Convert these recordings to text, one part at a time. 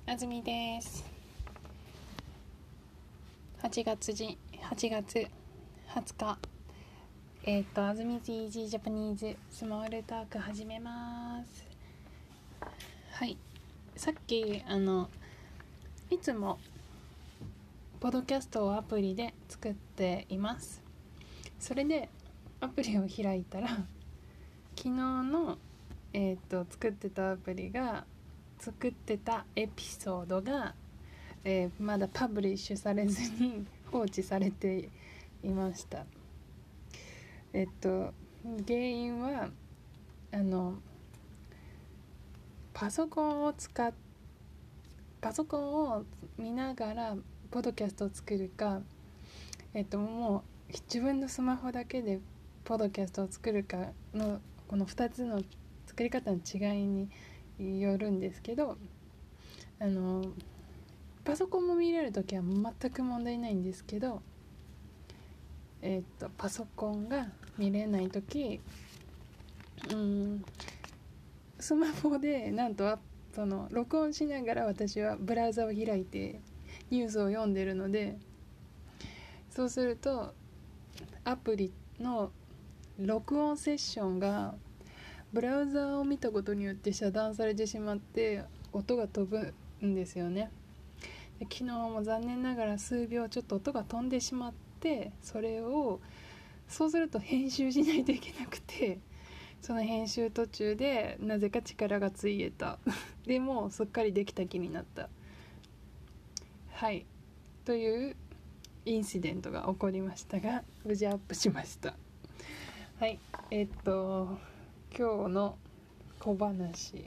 あずみです。8月20日、あずみズイージージャパニーズスモールトーク始めます。はい、さっきいつもポッドキャストをアプリで作っています。それでアプリを開いたら昨日の作ってたエピソードが、まだパブリッシュされずに放置されていました。原因はパソコンを見ながらポッドキャストを作るか、もう自分のスマホだけでポッドキャストを作るかのこの2つの作り方の違いによるんですけど、パソコンも見れるときは全く問題ないんですけど、パソコンが見れないとき、スマホでなんと録音しながら私はブラウザを開いてニュースを読んでるので、そうするとアプリの録音セッションがブラウザを見たことによって遮断されてしまって音が飛ぶんですよね。で昨日も残念ながら数秒ちょっと音が飛んでしまって、そうすると編集しないといけなくて、その編集途中でなぜか力がついえたでもすっかりできた気になった、はいというインシデントが起こりましたが、無事アップしました。はい、今日の小話、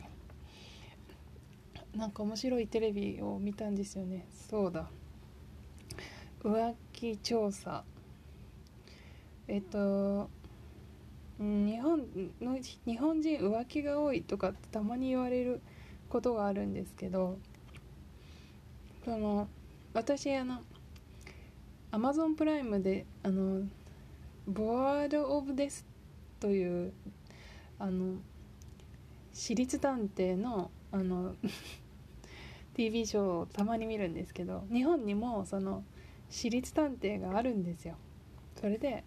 なんか面白いテレビを見たんですよね。そうだ、浮気調査、日本人浮気が多いとかってたまに言われることがあるんですけど、私Amazon プライムでボワード・オブ・デスという私立探偵のTV ショーをたまに見るんですけど、日本にもその私立探偵があるんですよ。それで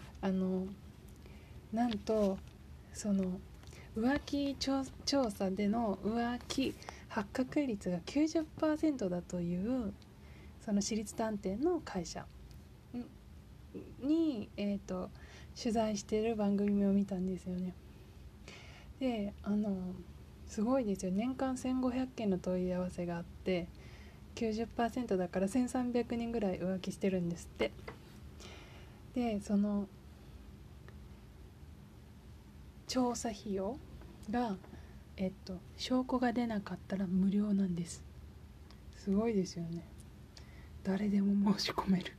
なんとその浮気調査での浮気発覚率が 90% だというその私立探偵の会社に、取材している番組を見たんですよね。ですごいですよ。年間1500件の問い合わせがあって 90% だから1300人ぐらい浮気してるんですって。でその調査費用が証拠が出なかったら無料なんです。すごいですよね。誰でも申し込める。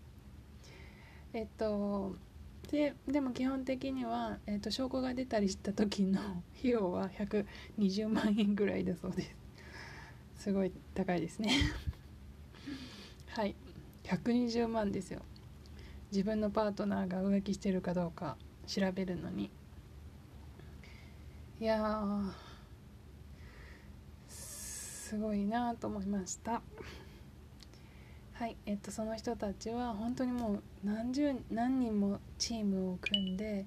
でも基本的には、証拠が出たりした時の費用は120万円ぐらいだそうです。すごい高いですねはい、120万ですよ。自分のパートナーが浮気してるかどうか調べるのに。いやー、すごいなと思いました。はい、その人たちは本当にもう何人もチームを組んで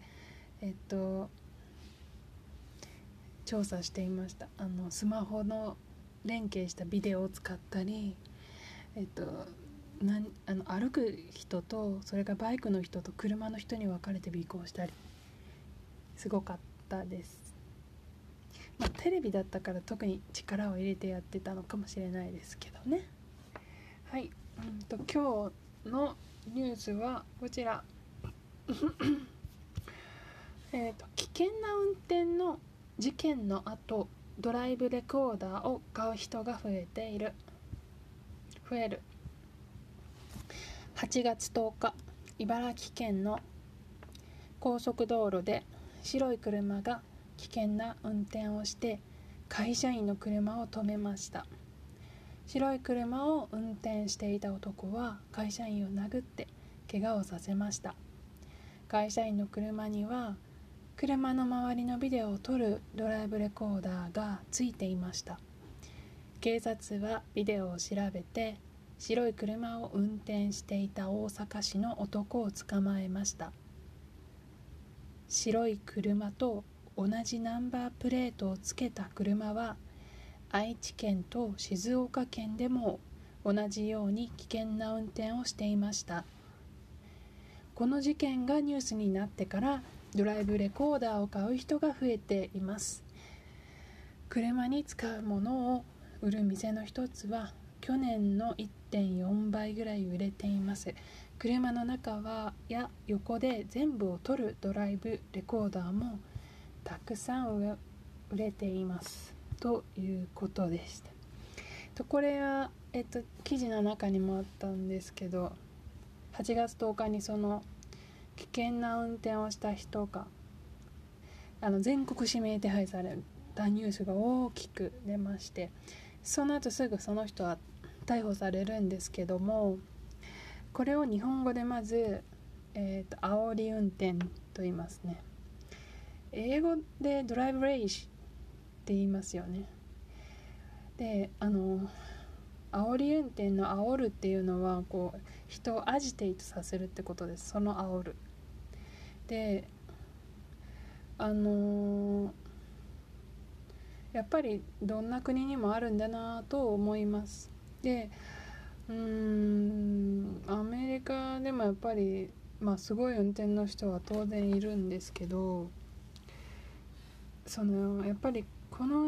調査していました。スマホの連携したビデオを使ったり、歩く人とそれからバイクの人と車の人に分かれて尾行したり、すごかったです。テレビだったから特に力を入れてやってたのかもしれないですけどね。はい、今日のニュースはこちら危険な運転の事件の後、ドライブレコーダーを買う人が増える。8月10日、茨城県の高速道路で白い車が危険な運転をして会社員の車を止めました。白い車を運転していた男は会社員を殴って怪我をさせました。会社員の車には車の周りのビデオを撮るドライブレコーダーがついていました。 警察はビデオを調べて白い車を運転していた大阪市の男を捕まえました。白い車と同じナンバープレートをつけた車は愛知県と静岡県でも同じように危険な運転をしていました。この事件がニュースになってからドライブレコーダーを買う人が増えています。車に使うものを売る店の一つは去年の 1.4 倍ぐらい売れています。車の中や横で全部を撮るドライブレコーダーもたくさん売れていますということでした。これは、記事の中にもあったんですけど、8月10日にその危険な運転をした人が全国指名手配されたニュースが大きく出まして、その後すぐその人は逮捕されるんですけども、これを日本語でまず、煽り運転と言いますね。英語でドライブレイジって言いますよね。で、煽り運転の煽るっていうのはこう人をアジテイトさせるってことです。その煽るで、やっぱりどんな国にもあるんだなと思います。で、アメリカでもやっぱりすごい運転の人は当然いるんですけど、やっぱりこの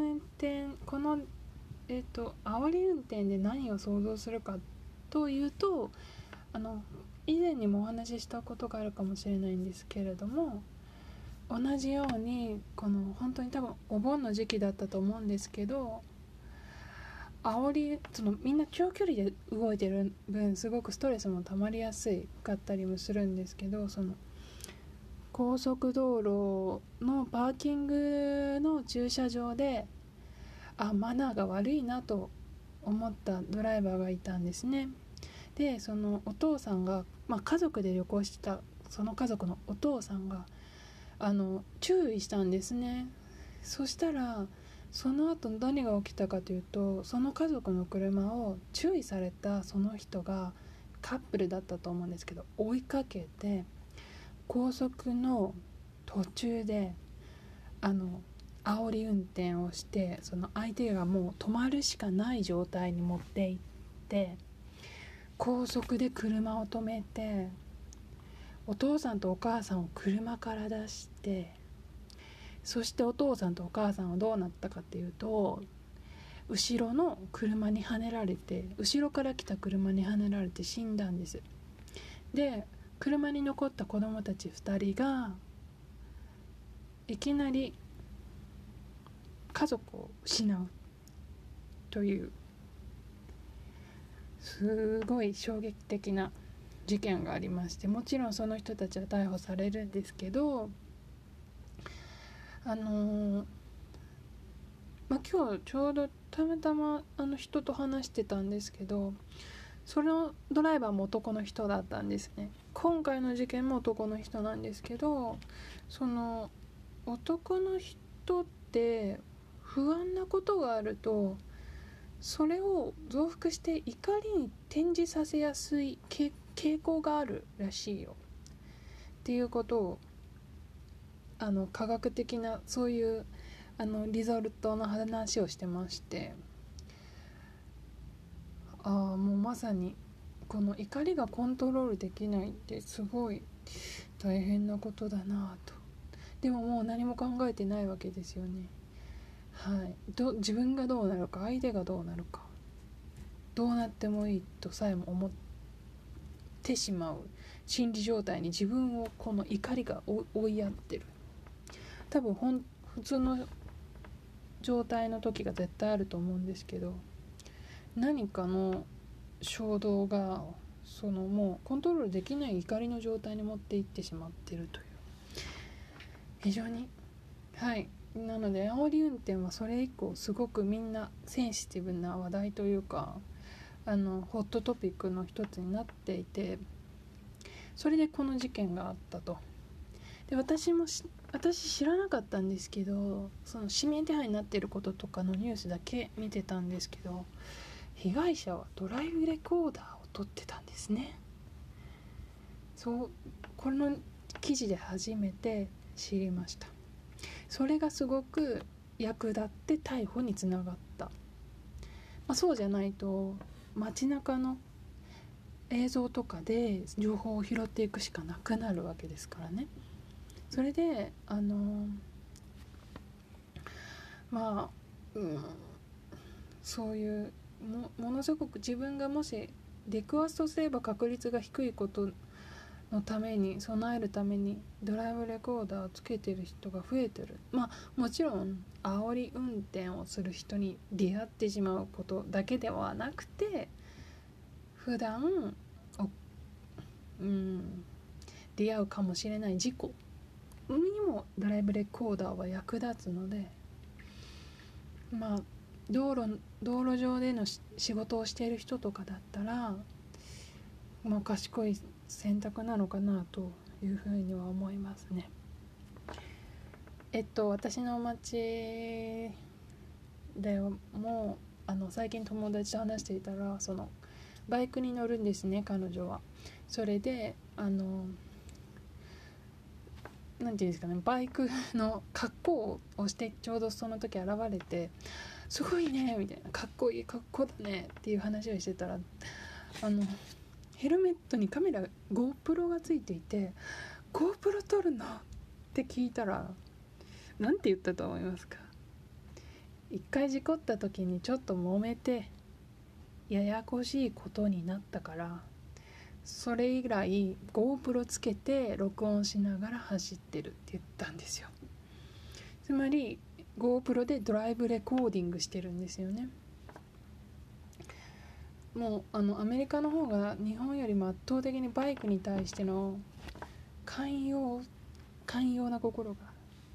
煽り運転で何を想像するかというと、以前にもお話ししたことがあるかもしれないんですけれども、同じように本当に多分お盆の時期だったと思うんですけど、みんな長距離で動いてる分すごくストレスも溜まりやすかったりもするんですけど、高速道路のパーキングの駐車場でマナーが悪いなと思ったドライバーがいたんですね。で、そのお父さんが、家族で旅行してたその家族のお父さんが注意したんですね。そしたらその後何が起きたかというと、その家族の車を注意されたその人がカップルだったと思うんですけど、追いかけて高速の途中で煽り運転をして、その相手がもう止まるしかない状態に持っていって、高速で車を止めてお父さんとお母さんを車から出して、そしてお父さんとお母さんはどうなったかっていうと、後ろの車にはねられて、後ろから来た車にはねられて死んだんです。で、車に残った子供たち2人がいきなり家族を失うというすごい衝撃的な事件がありまして、もちろんその人たちは逮捕されるんですけど、今日ちょうどたまたま人と話してたんですけど、そのドライバーも男の人だったんですね。今回の事件も男の人なんですけど、その男の人って不安なことがあるとそれを増幅して怒りに転じさせやすい傾向があるらしいよっていうことを科学的なそういうリゾルトの話をしてまして、もうまさにこの怒りがコントロールできないってすごい大変なことだなと。でももう何も考えてないわけですよね。自分がどうなるか、相手がどうなるか、どうなってもいいとさえも思ってしまう心理状態に自分をこの怒りが追いやってる。多分普通の状態の時が絶対あると思うんですけど、何かの衝動がもうコントロールできない怒りの状態に持っていってしまっているという、非常になので煽り運転はそれ以降すごくみんなセンシティブな話題というかホットトピックの一つになっていて、それでこの事件があったと。 で私知らなかったんですけど、その指名手配になっていることとかのニュースだけ見てたんですけど、被害者はドライブレコーダーを撮ってたんですね。そうこの記事で初めて知りました。それがすごく役立って逮捕につながった、そうじゃないと街中の映像とかで情報を拾っていくしかなくなるわけですからね。それでそういうものすごく自分がもし出くわすとすれば確率が低いことのために備えるためにドライブレコーダーをつけてる人が増えてる。もちろん煽り運転をする人に出会ってしまうことだけではなくて、普段出会うかもしれない事故にもドライブレコーダーは役立つので、道路上での仕事をしている人とかだったら、賢い選択なのかなというふうには思いますね。私の町でも最近友達と話していたら、そのバイクに乗るんですね、彼女は。それでなんていうんですかね、バイクの格好をしてちょうどその時現れて、すごいねみたいな、かっこいい格好だねっていう話をしてたら、ヘルメットにカメラ GoPro がついていて、 GoPro 撮るのって聞いたらなんて言ったと思いますか？一回事故った時にちょっと揉めてややこしいことになったから、それ以来 GoPro つけて録音しながら走ってるって言ったんですよ。つまり GoPro でドライブレコーディングしてるんですよね。もうアメリカの方が日本よりも圧倒的にバイクに対しての寛容な心が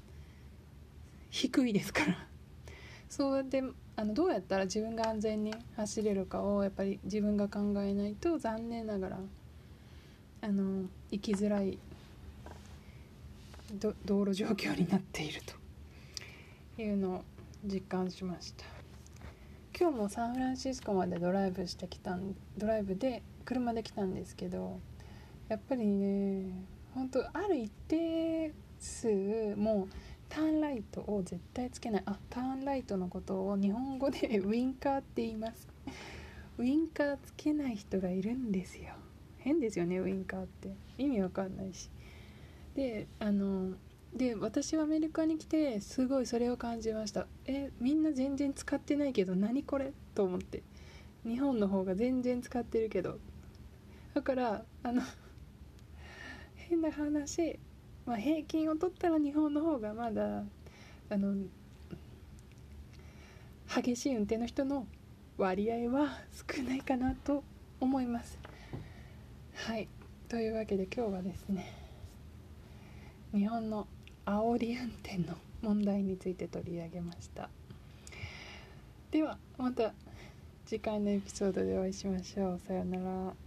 低いですからそうやってどうやったら自分が安全に走れるかをやっぱり自分が考えないと、残念ながら生きづらい道路状況になっているというのを実感しました。今日もサンフランシスコまでドライブで車で来たんですけど、やっぱりね、本当ある一定数もうターンライトを絶対つけない。ターンライトのことを日本語でウインカーって言います。ウインカーつけない人がいるんですよ。変ですよね、ウインカーって意味わかんないし。で私はアメリカに来てすごいそれを感じました。みんな全然使ってないけど何これと思って、日本の方が全然使ってるけど、だから変な話、平均を取ったら日本の方がまだ激しい運転の人の割合は少ないかなと思います。はい、というわけで今日はですね、日本の煽り運転の問題について取り上げました。ではまた次回のエピソードでお会いしましょう。さようなら。